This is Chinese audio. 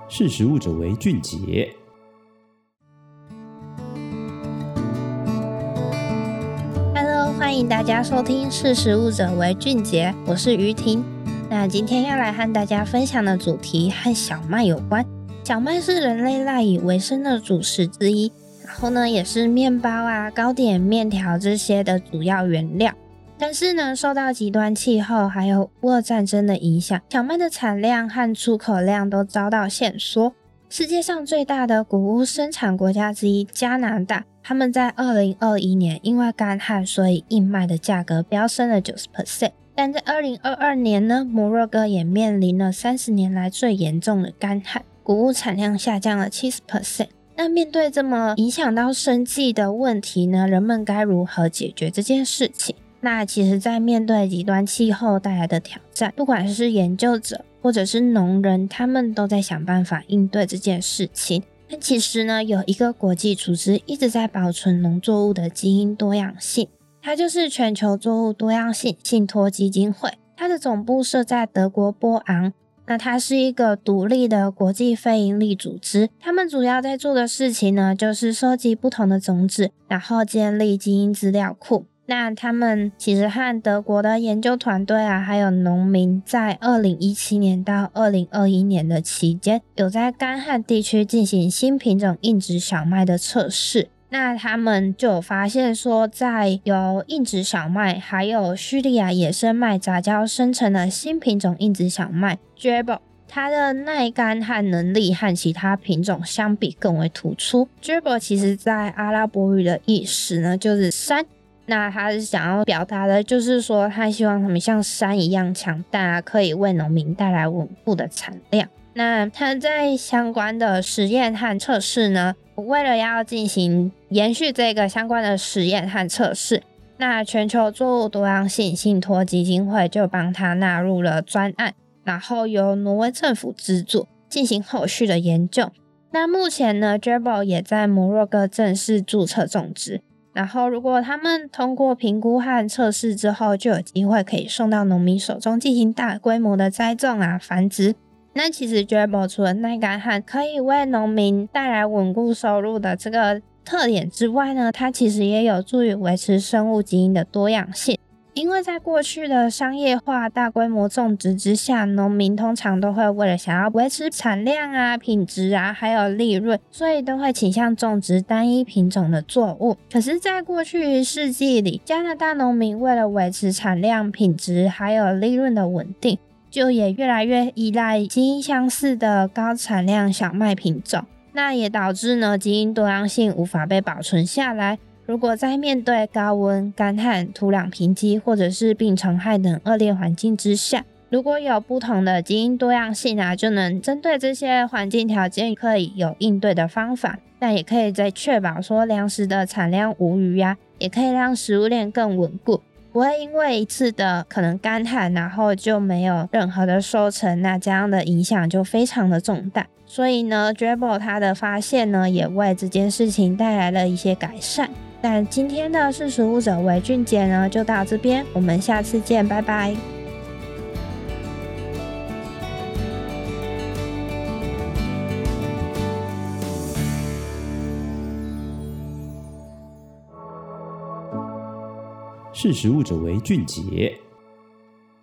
识时务者为俊杰。 Hello， 欢迎大家收听识时务者为俊杰，我是于婷。那今天要来和大家分享的主题和小麦有关。小麦是人类赖以为生的主食之一，然后呢，也是面包啊、糕点、面条这些的主要原料。但是呢，受到极端气候还有乌俄战争的影响，小麦的产量和出口量都遭到限缩。世界上最大的谷物生产国家之一加拿大，他们在2021年因为干旱，所以硬麦的价格飙升了 90%。但在2022年呢，摩洛哥也面临了30年来最严重的干旱，谷物产量下降了 70%。那面对这么影响到生计的问题呢，人们该如何解决这件事情？那其实在面对极端气候带来的挑战，不管是研究者或者是农人，他们都在想办法应对这件事情。但其实呢，有一个国际组织一直在保存农作物的基因多样性，它就是全球作物多样性信托基金会，它的总部设在德国波昂。那它是一个独立的国际非营利组织，他们主要在做的事情呢，就是收集不同的种子，然后建立基因资料库。那他们其实和德国的研究团队啊，还有农民在2017年到2021年的期间，有在干旱地区进行新品种硬质小麦的测试。那他们就有发现说，在由硬质小麦还有叙利亚野生麦杂交生成的新品种硬质小麦 Gerber， 它的耐干旱能力和其他品种相比更为突出。Gerber 其实在阿拉伯语的意思呢，就是山。那他是想要表达的就是说，他希望他们像山一样强大，可以为农民带来稳固的产量。那他在相关的实验和测试呢，为了要进行延续这个相关的实验和测试，那全球作物多样性信托基金会就帮他纳入了专案，然后由挪威政府资助进行后续的研究。那目前呢 Gerber 也在摩洛哥正式注册种植，然后如果他们通过评估和测试之后，就有机会可以送到农民手中进行大规模的栽种啊、繁殖。那其实 Gerber 除了耐干旱可以为农民带来稳固收入的这个特点之外呢，它其实也有助于维持生物基因的多样性。因为在过去的商业化大规模种植之下，农民通常都会为了想要维持产量啊、品质啊还有利润，所以都会倾向种植单一品种的作物。可是在过去世纪里，加拿大农民为了维持产量、品质还有利润的稳定，就也越来越依赖基因相似的高产量小麦品种。那也导致呢，基因多样性无法被保存下来。如果在面对高温、干旱、土壤贫瘠或者是病虫害等恶劣环境之下，如果有不同的基因多样性啊，就能针对这些环境条件可以有应对的方法。那也可以在确保说粮食的产量无虞啊，也可以让食物链更稳固，不会因为一次的可能干旱然后就没有任何的收成，那这样的影响就非常的重大。所以呢 Gerber 他的发现呢，也为这件事情带来了一些改善。但今天的识时务者为俊杰呢，就到这边，我们下次见，拜拜。 识时务者为俊杰。